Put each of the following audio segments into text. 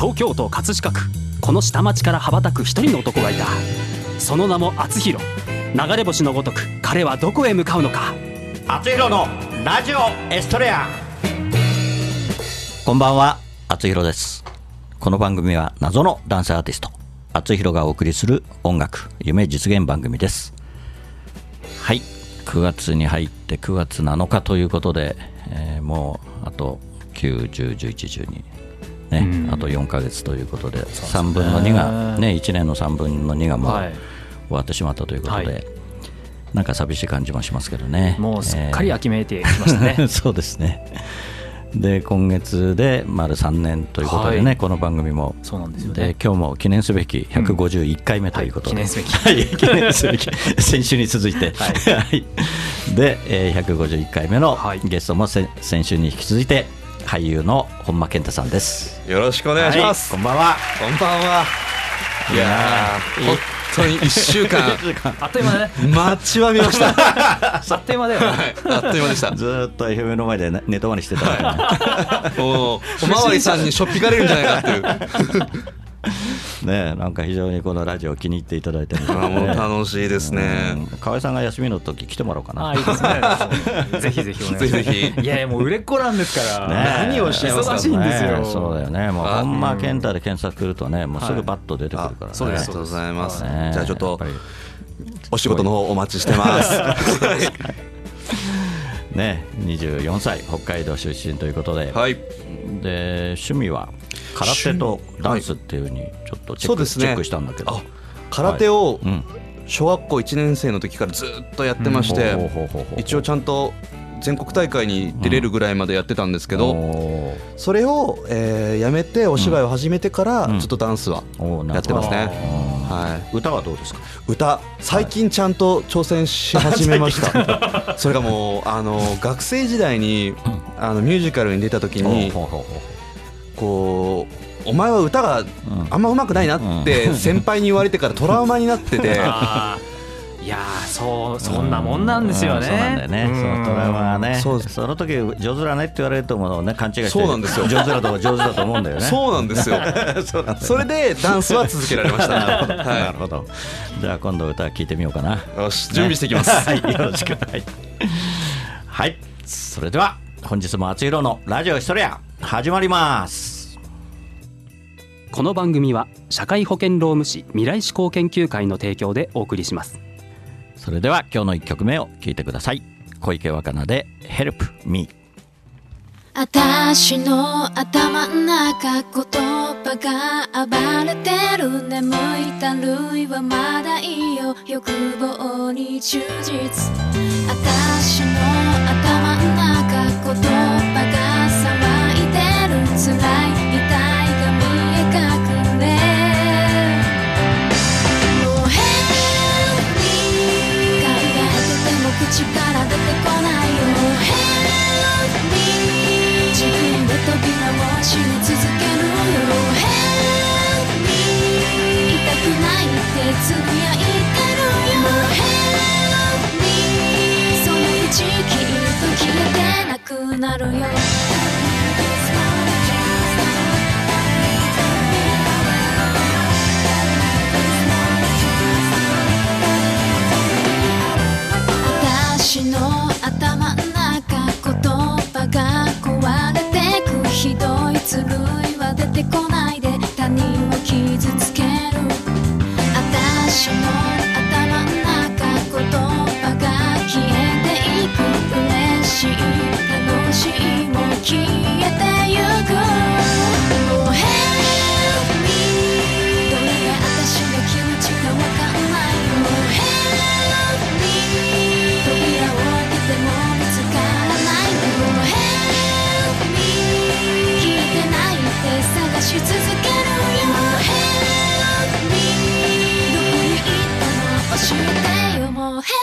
東京都葛飾区この下町から羽ばたく一人の男がいた。その名も厚弘。流れ星のごとく彼はどこへ向かうのか。 厚弘のラジオエストレア。こんばんは、厚弘です。この番組は謎の男性アーティスト厚弘がお送りする音楽夢実現番組です。はい、9月に入って9月7日ということで、もうあと9、10、11、12ね、あと4ヶ月ということで、3分の2が、ね、1年の3分の2がもう終わってしまったということで、なんか寂しい感じもしますけどね。 もうすっかり秋めいてきましたね。 そうですね。で今月で丸3年ということでね、この番組もそうなんですよね。 で今日も記念すべき151回目ということで、 記念すべき、 記念すべき先週に続いて、で、151回目のゲストも先週に引き続いて俳優の本間健太さんです。 よろしくお願いします。 こんばんは。 こんばんは。いやー、本当に1週間あっという間だね。 待ちわびました。 あっという間だよね。 あっという間でした。 ずっと FM の前で寝泊まりしてたからね。もうおまわりさんにしょっぴかれるんじゃないかっていうね、なんか非常にこのラジオ気に入っていただいてるんで、ね、 もう楽しいですね。 河合さんが休みの時来てもらおうかな。 いいですね。ぜひぜひお願いします。ぜひ。いやもう売れっ子なんですから、ね、何をおっしゃいますか。忙しいんですよ。 そうだよね。もう本間健太で検索するとね、もうすぐバッと出てくるからね。 そうです。ありがとうございます。じゃあちょっとお仕事の方お待ちしてます。 ね、24歳北海道出身ということで、 はい、 で趣味は空手とダンスっていう風にちょっとチェックしたんだけど、 空手を小学校1年生の時からずっとやってまして、一応ちゃんと全国大会に出れるぐらいまでやってたんですけど、それをやめてお芝居を始めてからちょっとダンスはやってますね。 歌はどうですか。 歌最近ちゃんと挑戦し始めました。それがもう学生時代にミュージカルに出た時にこうお前は歌があんま上手くないなって先輩に言われてからトラウマになってて。 いやそんなもんなんですよね。 そうなんだよね。そのトラウマはね、その時上手だねって言われるともうね勘違いして、 そうなんですよ。 上手だと思うんだよね。 そうなんですよ。それでダンスは続けられました。 なるほど。じゃあ今度歌聞いてみようかな。 よし、準備してきます。 よろしく。はい。それでは本日も厚弘のラジオエストレア始まります。 この番組は社会保険労務士未来志向研究会の提供でお送りします。 それでは今日の1曲目を聴いてください。小池若菜で Help Me。 私の頭ん中言葉が暴れてる。眠いたるいはまだいいよ、欲望に忠実。私の頭ん中言葉が騒いでる。辛い痛いが見え隠れ。口から出てこないよ。 Help me。 自分で扉を閉め続けるよ。 Help me。 痛くないってつぶやいてるよ。 Help me。 その口きっと消えてなくなるよ。私の頭ん中言葉が壊れてく。ひどい剣は出てこないで他人を傷つける。私の頭ん中言葉が消えていく。嬉しい楽しいも消えてゆく。もう Help me。 どれが私の気持ちかわかんないよ。 Help me。扉を開けても見つからないの。 Help me。 消えてないって探し続けるよ。 Help me。 どこに行ったの教えてよ。もう Help me。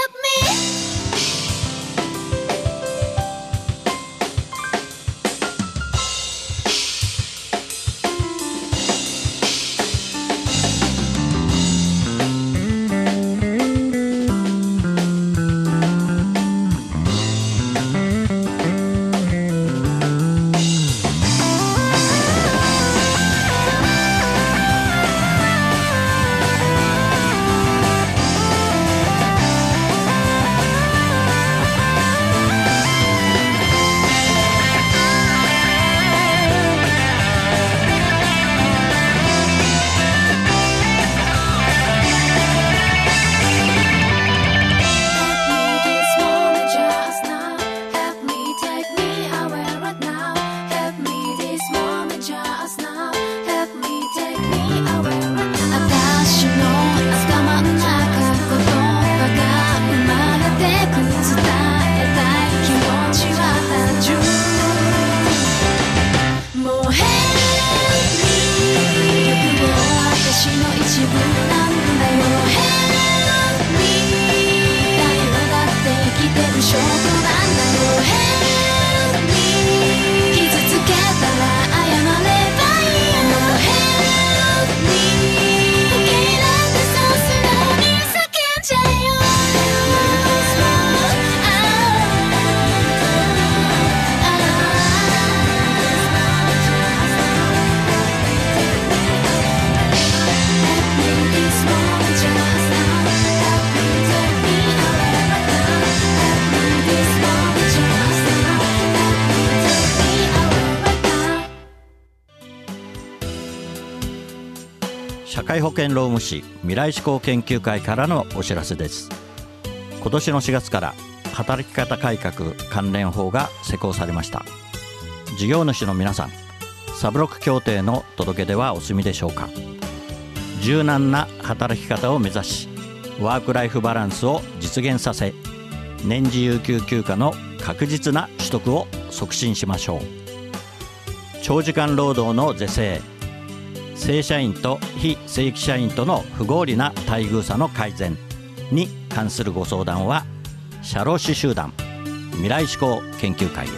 社会保険労務士未来志向研究会からのお知らせです。今年の4月から働き方改革関連法が施行されました。事業主の皆さん、サブロック協定の届け出はお済みでしょうか。柔軟な働き方を目指し、ワークライフバランスを実現させ、年次有給休暇の確実な取得を促進しましょう。長時間労働の是正、正社員と非正規社員との不合理な待遇差の改善に関するご相談は、社労士集団未来志向研究会へ。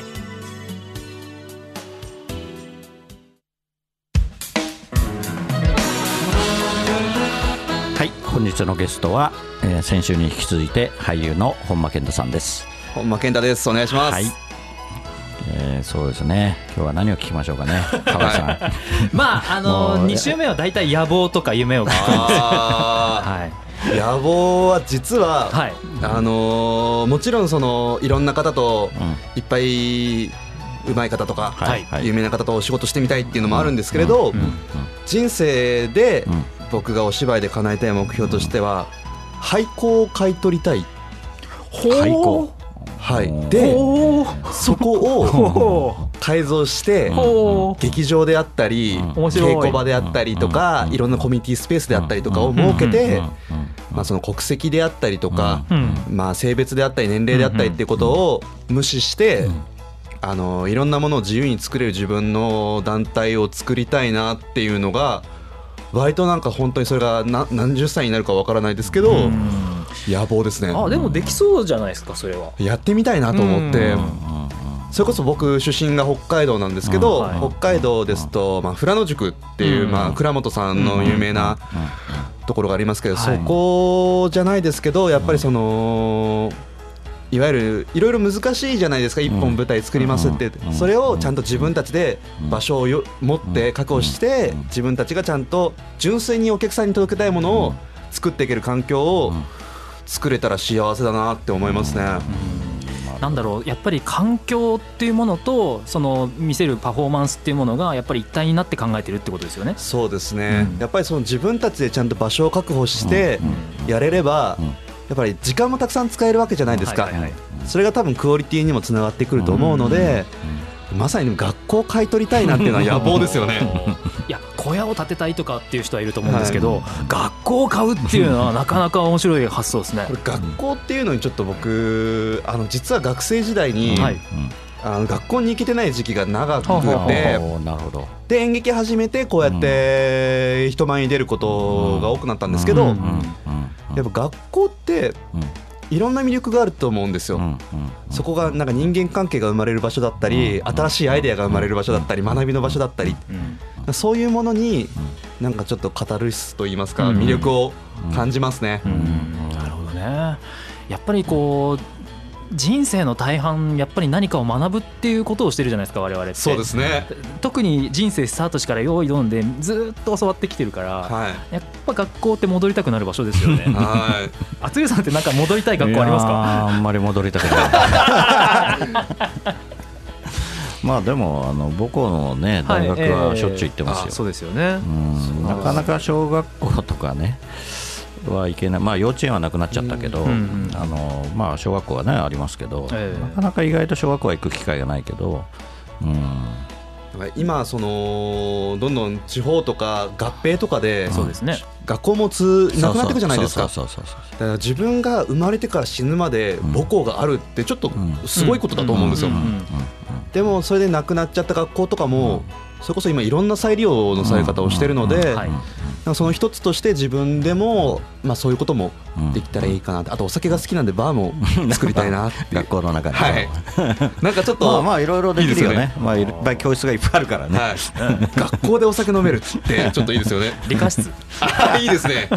はい、本日のゲストは、先週に引き続いて俳優の本間健太さんです。 本間健太です。お願いします。 はい、そうですね、今日は何を聞きましょうかね、川さん。 まあ2週目はだいたい野望とか夢を聞くんですはい、 野望は実は、 はい、 もちろんそのいろんな方といっぱい上手い方とか、 はいはい、 有名な方とお仕事してみたいっていうのもあるんですけれど、人生で僕がお芝居で叶えたい目標としては、廃校を買い取りたい。 廃校、 はい、でそこを改造して劇場であったり稽古場であったりとか、いろんなコミュニティスペースであったりとかを設けて、その国籍であったりとか、性別であったり年齢であったりっていうことを無視して、いろんなものを自由に作れる自分の団体を作りたいなっていうのが、割となんか本当にそれが何十歳になるかわからないですけど、野望ですね。 でもできそうじゃないですか。それはやってみたいなと思って、それこそ僕出身が北海道なんですけど、北海道ですと、富良野塾っていう、倉本さんの有名なところがありますけど、そこじゃないですけど、やっぱりそのいわゆるいろいろ難しいじゃないですか。一本舞台作りますって、それをちゃんと自分たちで場所を持って確保して、自分たちがちゃんと純粋にお客さんに届けたいものを作っていける環境を作れたら幸せだなって思いますね。 なんだろう、やっぱり環境っていうものとその見せるパフォーマンスっていうものがやっぱり一体になって考えてるってことですよね。 そうですね、やっぱりその自分たちでちゃんと場所を確保してやれれば、やっぱり時間もたくさん使えるわけじゃないですか。それが多分クオリティにもつながってくると思うので、まさに学校を買い取りたいなっていうのは野望ですよね。 いや、小屋を建てたいとかっていう人はいると思うんですけど、学校を買うっていうのはなかなか面白い発想ですね。 これ学校っていうのにちょっと僕実は学生時代に、学校に行けてない時期が長くて、で演劇始めてこうやって人前に出ることが多くなったんですけど、やっぱ学校っていろんな魅力があると思うんですよ。そこがなんか人間関係が生まれる場所だったり、新しいアイデアが生まれる場所だったり、学びの場所だったり、そういうものになんかちょっとカタルシスといいますか、魅力を感じますね。 なるほどね。やっぱりこう人生の大半、やっぱり何かを学ぶっていうことをしてるじゃないですか、我々って。 そうですね。 特に人生スタート時から用意どんでずっと教わってきてるから、やっぱ学校って戻りたくなる場所ですよね。厚湯さんってなんか戻りたい学校ありますか？ あんまり戻りたくない。まあでも母校のね大学はしょっちゅう行ってますよ。 そうですよね。 なかなか小学校とかねはいけない。幼稚園はなくなっちゃったけど、小学校はねありますけど、なかなか意外と小学校は行く機会がないけど、 今そのどんどん地方とか合併とかで、学校もなくなっていくじゃないですか。だから自分が生まれてから死ぬまで母校があるってちょっとすごいことだと思うんですよ。でもそれでなくなっちゃった学校とかも、それこそ今いろんな再利用のされ方をしているので、その一つとして自分でもそういうこともできたらいいかなって。あとお酒が好きなんでバーも作りたいなって学校の中に。 なんかちょっといろいろできるよね。いっぱい教室がいっぱいあるからね。 学校でお酒飲めるってちょっといいですよね。 理科室いいですね。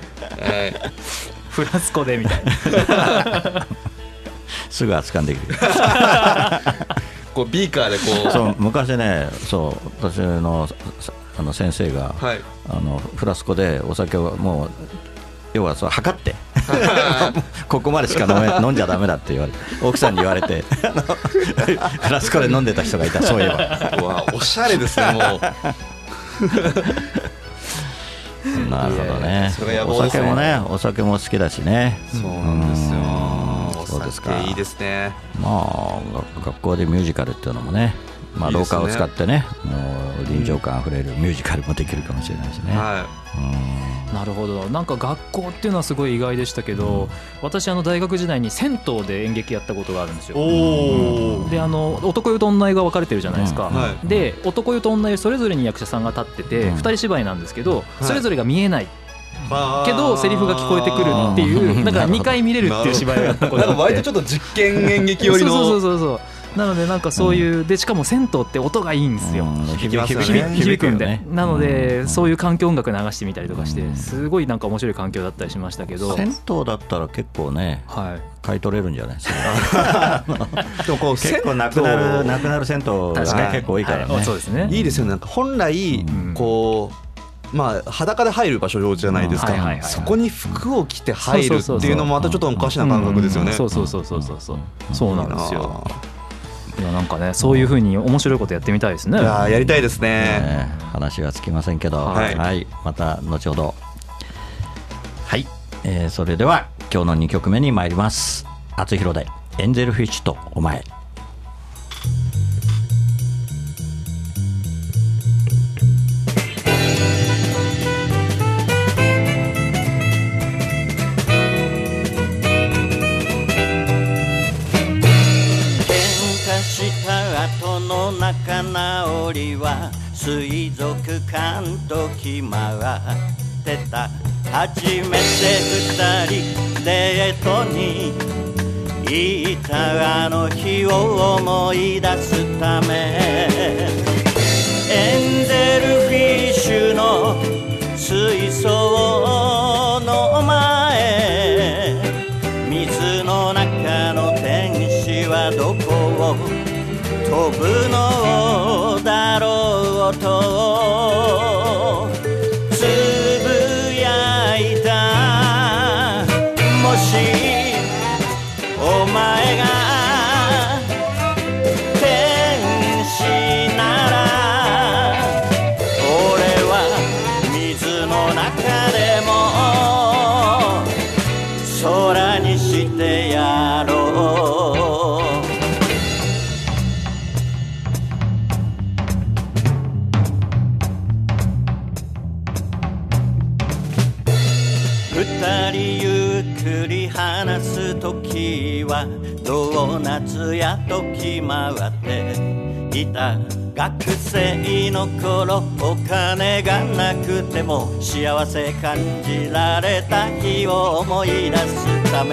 フラスコでみたいな。 すぐ扱んできる。 こうビーカーでこう。 そう昔ね、私の先生が、フラスコでお酒をもう要は測ってここまでしか飲んじゃダメだって言われて、奥さんに言われてフラスコで飲んでた人がいた。そういえば。 うわ、おしゃれですね。もうなるほどね。 それが野望ですね。 お酒もね、お酒も好きだしね。 そうなんですよ。 そうですか。 お酒いいですね。 まあ学校でミュージカルっていうのもね、まあ廊下を使ってね、もう臨場感あふれるミュージカルもできるかもしれないしね。 なるほど。なんか学校っていうのはすごい意外でしたけど、私大学時代に銭湯で演劇やったことがあるんですよ。で男湯と女湯が分かれてるじゃないですか。で男湯と女湯それぞれに役者さんが立ってて、2人芝居なんですけど、それぞれが見えないけどセリフが聞こえてくるっていう、だから2回見れるっていう芝居をやったことがあって、 割とちょっと実験演劇寄りのそうなのでなんかそういうでしかも銭湯って音がいいんですよ。響くんで、なのでそういう環境音楽流してみたりとかして、すごいなんか面白い環境だったりしましたけど、 銭湯だったら結構ね、買い取れるんじゃないですか。でもこう結構なくなる銭湯が結構多いからね。 そうですね。 いいですよね。なんか本来こう裸で入る場所じゃないですか。そこに服を着て入るっていうのもまたちょっとおかしな感覚ですよね。 そうなんですよ。いやなんかね、そういう風に面白いことやってみたいですね。 やりたいですね。 話はつきませんけど、また後ほど。はい、それでは今日の2曲目に参ります。厚弘でエンゼルフィッシュとお前。 後の仲直りは水族館と決まってた。初めて二人デートに行ったあの日を思い出すため、エンゼルフィッシュの水槽の前、水の中の天使はどこを飛ぶのだろうとつぶやいた。もしお前が天使なら、俺は水の中でも空にしてやろう。二人ゆっくり話すときはドーナツやと決まっていた。学生の頃お金がなくても幸せ感じられた日を思い出すため、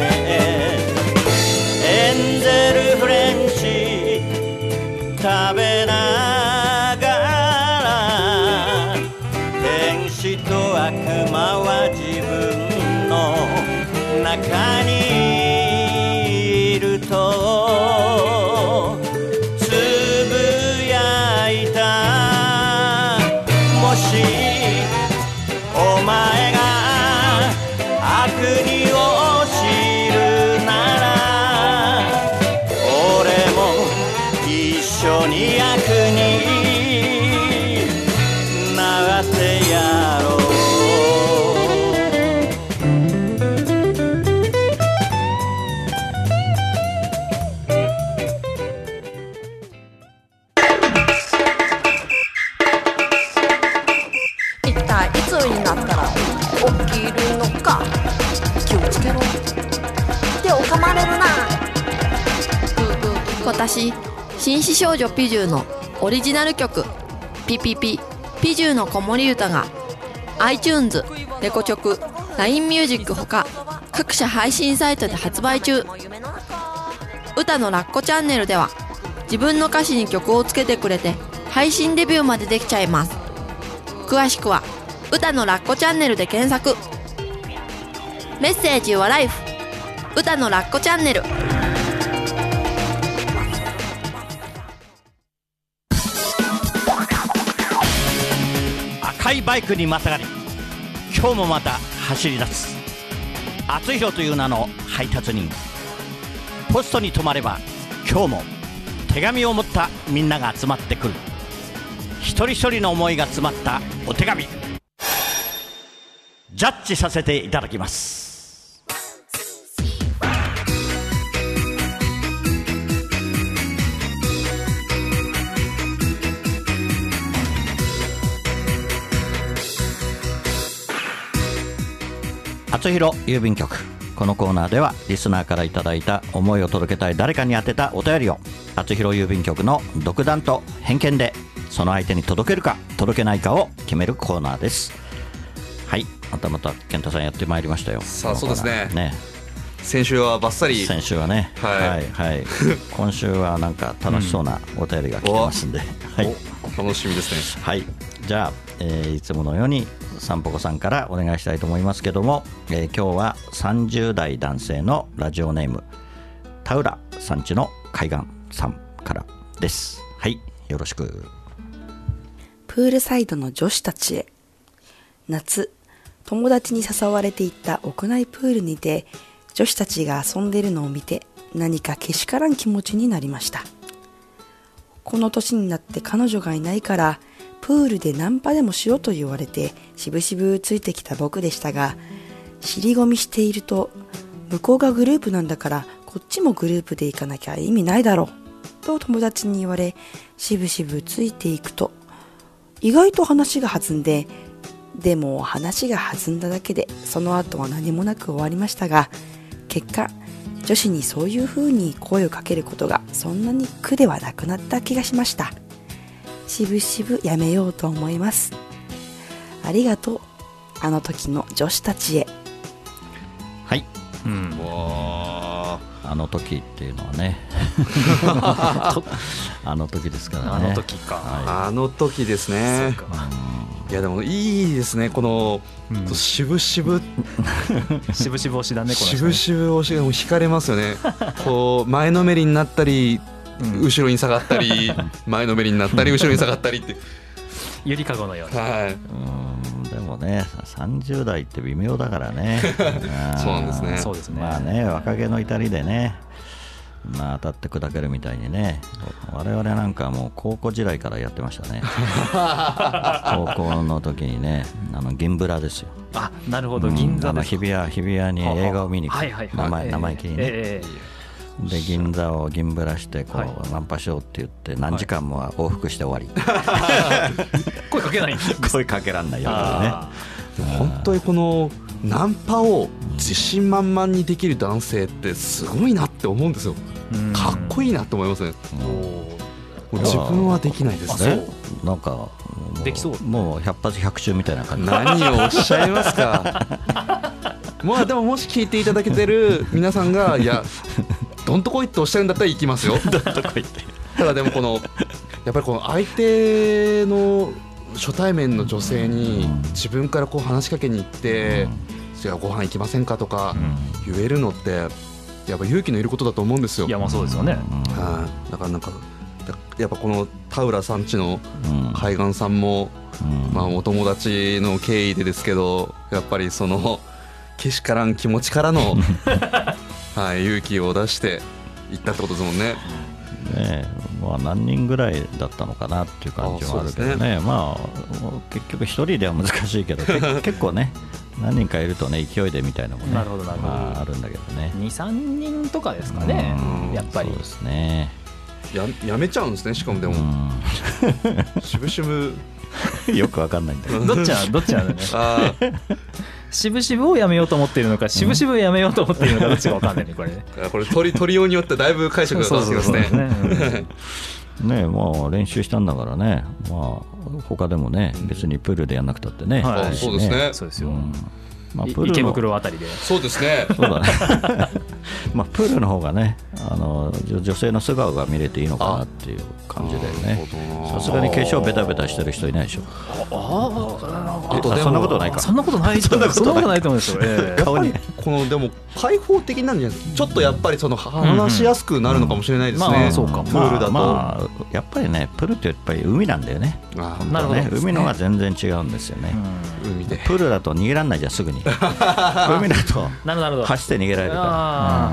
エンゼルフレンチ食べながら、天使と悪魔は自分の中にいるとつぶやいた。もしお前が悪にを知るなら、俺も一緒に悪になってやろう。 一体いつになったら起きるのか、気をつけろ手を噛まれるな。私紳士少女ピジューのオリジナル曲ピピピピジューの子守歌が iTunes、レコチョク、LINE ミュージックほか各社配信サイトで発売中。歌のラッコチャンネルでは自分の歌詞に曲をつけてくれて配信デビューまでできちゃいます。詳しくは歌のラッコチャンネルで検索。メッセージはライフ歌のラッコチャンネル。 赤いバイクにまたがり、今日もまた走り出す厚弘という名の配達人。ポストに止まれば今日も手紙を持ったみんなが集まってくる。一人一人の思いが詰まったお手紙。 ジャッジさせていただきます。あつひろ郵便局。このコーナーではリスナーからいただいた思いを届けたい誰かに宛てたお便りをあつひろ郵便局の独断と偏見でその相手に届けるか届けないかを決めるコーナーです。はい、また健太さんやってまいりましたよ。 さあそうですね。先週はバッサリ。 先週はね、はい今週はなんか楽しそうなお便りが来てますんで、はい、 楽しみですね。 はい、じゃあ、いつものようにさんぽこさんからお願いしたいと思いますけども、今日は30代男性のラジオネーム田浦さんちの海岸さんからです。はい、よろしく。 プールサイドの女子たちへ。夏、友達に誘われていった屋内プールにて女子たちが遊んでいるのを見て何かけしからん気持ちになりました。この年になって彼女がいないからプールでナンパでもしろと言われてしぶしぶついてきた僕でしたが、尻込みしていると向こうがグループなんだからこっちもグループで行かなきゃ意味ないだろうと友達に言われ、しぶしぶついていくと意外と話が弾んで、でも話が弾んだだけでその後は何もなく終わりましたが、結果女子にそういう風に声をかけることがそんなに苦ではなくなった気がしました。しぶしぶやめようと思います。ありがとう、あの時の女子たちへ。 はい、あの時っていうのはねあの時ですからね。 あの時か、 あの時ですね。いやでもいいですね、このしぶしぶしぶしぶ推しだね、このしぶしぶ推しが惹かれますよね。こう前のめりになったり後ろに下がったり前のめりになったり後ろに下がったりってゆりかごのように。 でもね30代って微妙だからねそうなんですね。 そうですね。 まあね、若気の至りでね、まあ当たって砕けるみたいにね、我々なんかもう高校時代からやってましたね高校の時にね、銀ブラですよ。 あ、なるほど、銀座です。 日比谷に映画を見に行く、生意気にね、で銀座を銀ブラしてこう、ナンパしようって言って何時間も往復して終わり、 声かけないんです声かけらんないよね。 本当にこのナンパを自信満々にできる男性ってすごいなって思うんですよ。かっこいいなって思いますね。自分はできないですね。 なんかできそう、 もう100発100中みたいな感じ。 何をおっしゃいますかまあでももし聞いていただけてる皆さんがいやどんとこいっておっしゃるんだったら行きますよどんとこいって。ただでもやっぱりこの相手の初対面の女性に自分からこう話しかけに行って、じゃあご飯行きませんかとか言えるのってやっぱ勇気のいることだと思うんですよ。 いやまあそうですよね。 だからなんかやっぱこの田浦さんちの海岸さんも、まあお友達の経緯でですけど、やっぱりそのけしからん気持ちからの勇気を出して行ったってことですもんね。 まあ、何人ぐらいだったのかなっていう感じはあるけどね。まあ結局一人では難しいけど結構ね何人かいるとね勢いでみたいなのもね、 なるほどなるほど、 あるんだけどね。 2,3 人とかですかね、やっぱり。 そうですね。 やめちゃうんですね。しかもでもしぶしぶよくわかんないんだけどどっちなんだねしぶしぶをやめようと思っているのか、しぶしぶやめようと思っているのか、どっちかわかんないねこれね。 これ取りようによってだいぶ解釈が変わってきますね。 ね、まあ練習したんだからね、まあ他でもね別にプールでやんなくたってね。 そうですね。 そうですよ。 まあ、 池袋あたりで。 そうですね。 そうだねまあプールの方がね女性の素顔が見れていいのかなっていう感じだよね。さすがに化粧ベタベタしてる人いないでしょ。そんなことないか。 そんなことないと思うんですよ。 顔にこのでも開放的なんじゃないですか。ちょっとやっぱりその話しやすくなるのかもしれないですね。 そうか。 プールだと、 まあやっぱりねプールってやっぱり海なんだよね。 なるほど。 海のが全然違うんですよね。 海でプールだと逃げられないじゃんすぐに。海だと走って逃げられるから。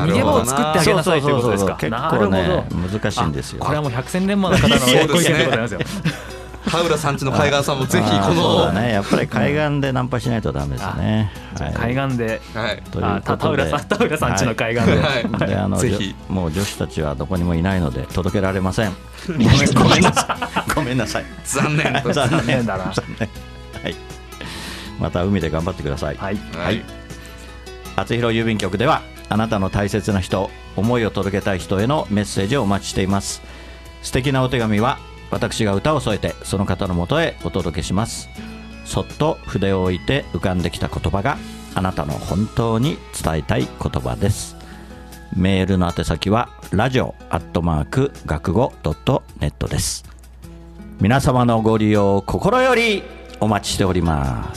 逃げ場を作ってあげなさいということですか。 結構ね難しいんですよ。 これはもう百戦錬磨の方のご意見でございますよ。 田浦さんちの海岸さんもぜひこのそうだね、やっぱり海岸でナンパしないとダメですね。 海岸で、田浦さんちの海岸で、 ぜひもう女子たちはどこにもいないので届けられません。ごめんなさい。 残念だな。 はい。また海で頑張ってください。はい。あつひろ郵便局ではあなたの大切な人、思いを届けたい人へのメッセージをお待ちしています。素敵なお手紙は私が歌を添えてその方のもとへお届けします。そっと筆を置いて浮かんできた言葉があなたの本当に伝えたい言葉です。メールの宛先はradio@学語.net です。皆様のご利用心よりお待ちしております。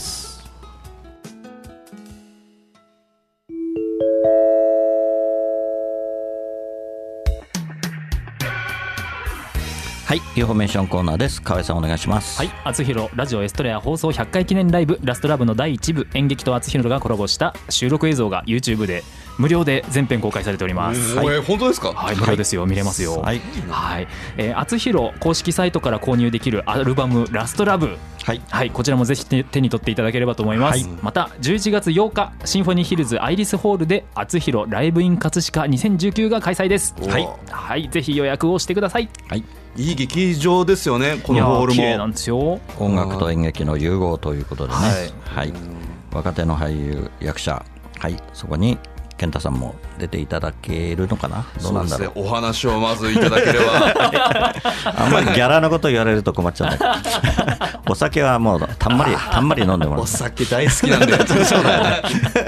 はい、インフォメーションコーナーです。河合さんお願いします。 はい、あつひろラジオエストレア放送100回記念ライブラストラブの第1部、演劇とあつひろがコラボした収録映像が YouTube で無料で全編公開されております。 本当ですか？ はい、無料ですよ、見れますよ。 はい、 あつひろ公式サイトから購入できるアルバムラストラブ、はい、こちらもぜひ手に取っていただければと思います。また11月8日シンフォニーヒルズアイリスホールであつひろライブイン葛飾2019が開催です。はい、ぜひ予約をしてください。 はい、いい劇場ですよね、このホールも。 綺麗なんですよ。 音楽と演劇の融合ということでね、若手の俳優役者、そこに健太さんも出ていただけるのかな。どうなんだろう。 お話をまずいただければあんまりギャラのこと言われると困っちゃうねお酒はもうたんまり飲んでもらう。 お酒大好きなんでそうだよね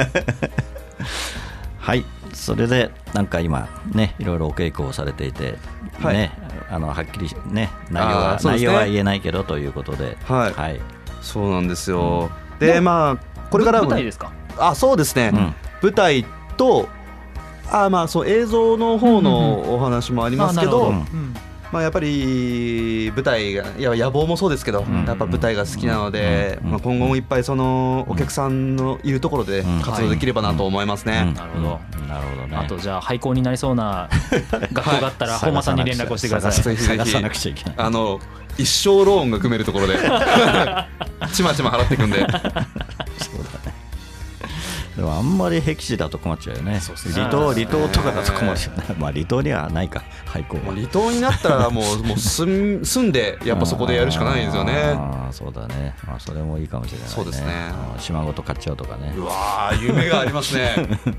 はい、それでなんか今ね、いろいろお稽古をされていて、ね、はっきりね内容は言えないけどということで、 そうなんですよ。でこれからも舞台ですか？ そうですね、舞台とそう映像の方のお話もありますけど、やっぱり舞台が野望もそうですけど、やっぱ舞台が好きなので、今後もいっぱいそのお客さんのいるところで活動できればなと思いますね。 なるほどね。あとじゃあ廃校になりそうな学校があったら本間さんに連絡をしてください。 探さなくちゃいけない。 一生ローンが組めるところでちまちま払っていくんでそうだね。 でもあんまり僻地だと困っちゃうよね。離島とかだと困っちゃうね。離島にはないか、廃校は。 離島になったらもう住んでやっぱそこでやるしかないんですよね。 そうだね、それもいいかもしれないね。 そうですね。 島ごと買っちゃうとかね。 うわー、夢がありますね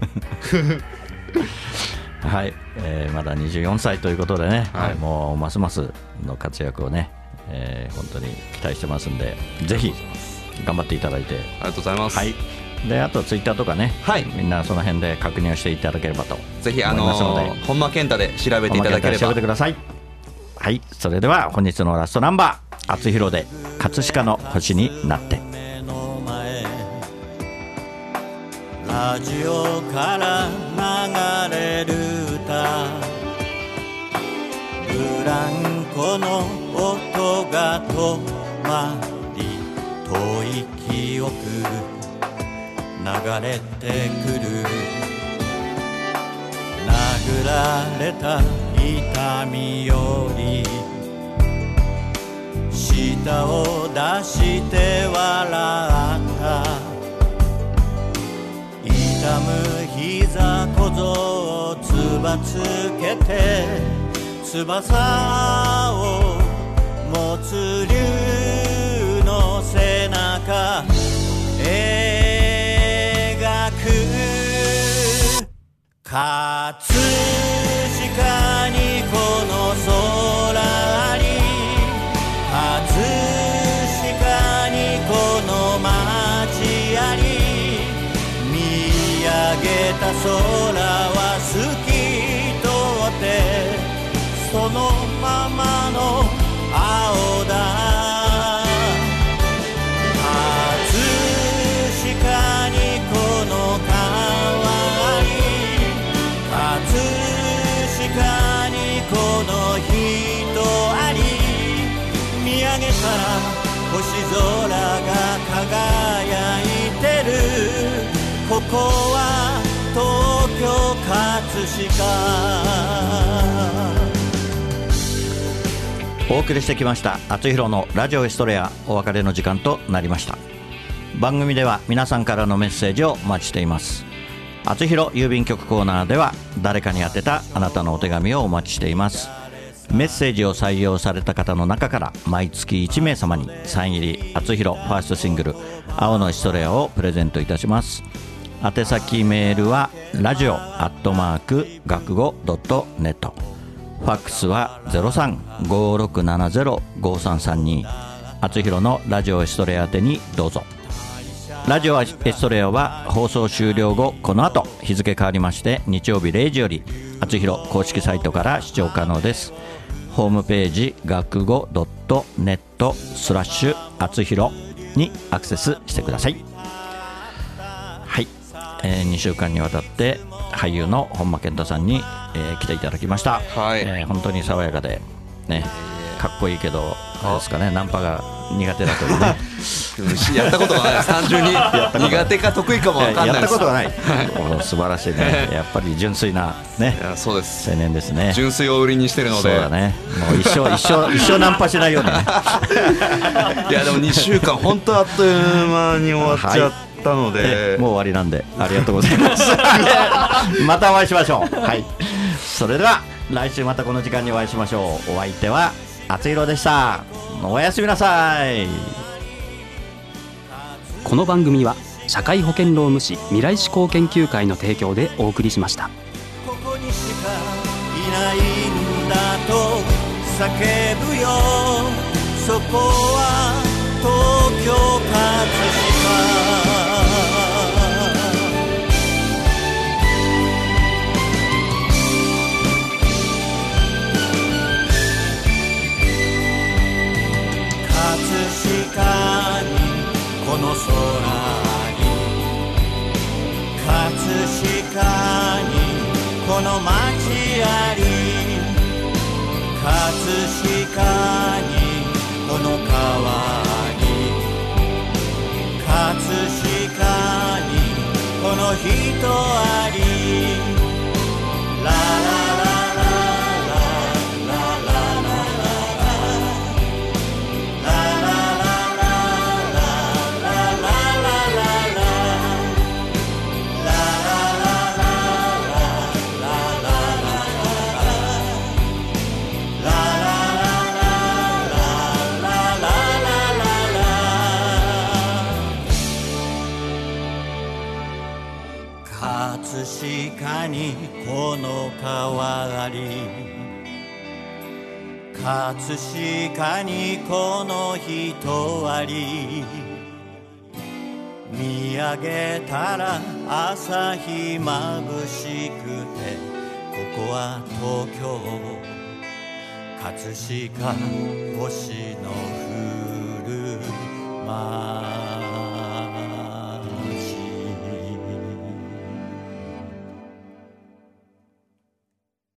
はい、まだ24歳ということでね、もうますますの活躍をね、本当に期待してますんで、ぜひ頑張っていただいて。 ありがとうございます。 であとツイッターとかね、みんなその辺で確認をしていただければと思いますので、 ぜひ本間健太で調べていただければ。 調べてください。はい、それでは本日のラストナンバー、あつひろで葛飾の星になって。 ラジオから流れる歌、ブランコの音が止まり、遠い記憶流れてくる、殴られた痛みより舌を出して笑った痛む膝小僧をつばつけて翼を持つ竜の背中葛飾にこの空あり、葛飾にこの街あり、見上げた空は透き通ってそのままの青だ。葛飾にこの川あり、葛飾にこの人あり、見上げたら星空が輝いてる、ここは東京葛飾。 お送りしてきましたあつひろのラジオエストレア、お別れの時間となりました。番組では皆さんからのメッセージをお待ちしています。あつひろ郵便局コーナーでは誰かに宛てたあなたのお手紙をお待ちしています。メッセージを採用された方の中から毎月1名様にサイン入りあつひろファーストシングル青のエストレアをプレゼントいたします。宛先メールはラジオ学語.net、ファックスは 03-5670-5332、あつひろのラジオエストレア宛てにどうぞ。ラジオエストレアは放送終了後、この後日付変わりまして日曜日0時よりあつひろ公式サイトから視聴可能です。ホームページ学語.net/あつひろにアクセスしてください。はい、2週間にわたって俳優の本間健太さんに、来ていただきました。はい、本当に爽やかでね、かっこいいけどあれですかね、ナンパが苦手だというねやったことがない単純に苦手か得意かも分かんないです。 やったことがない、素晴らしいね。やっぱり純粋なね、 そうです、 青年ですね。 純粋を売りにしてるので、 そうだね、もう一生ナンパしないようにねいやでも2週間本当あっという間に終わっちゃったので、 もう終わりなんでありがとうございますまたお会いしましょう。はい、それでは来週またこの時間にお会いしましょう。お相手はあつひろでした。おやすみなさい。 この番組は社会保険労務士未来志向研究会の提供でお送りしました。 ここにしかいないんだと叫ぶよ、そこは東京葛飾にこの空に、葛飾にこの街あり、葛飾にこの川に、葛飾にこの人あり、ラララ葛飾にこの川あり、葛飾にこの人あり、見上げたら朝日まぶしくて、ここは東京葛飾星の降る街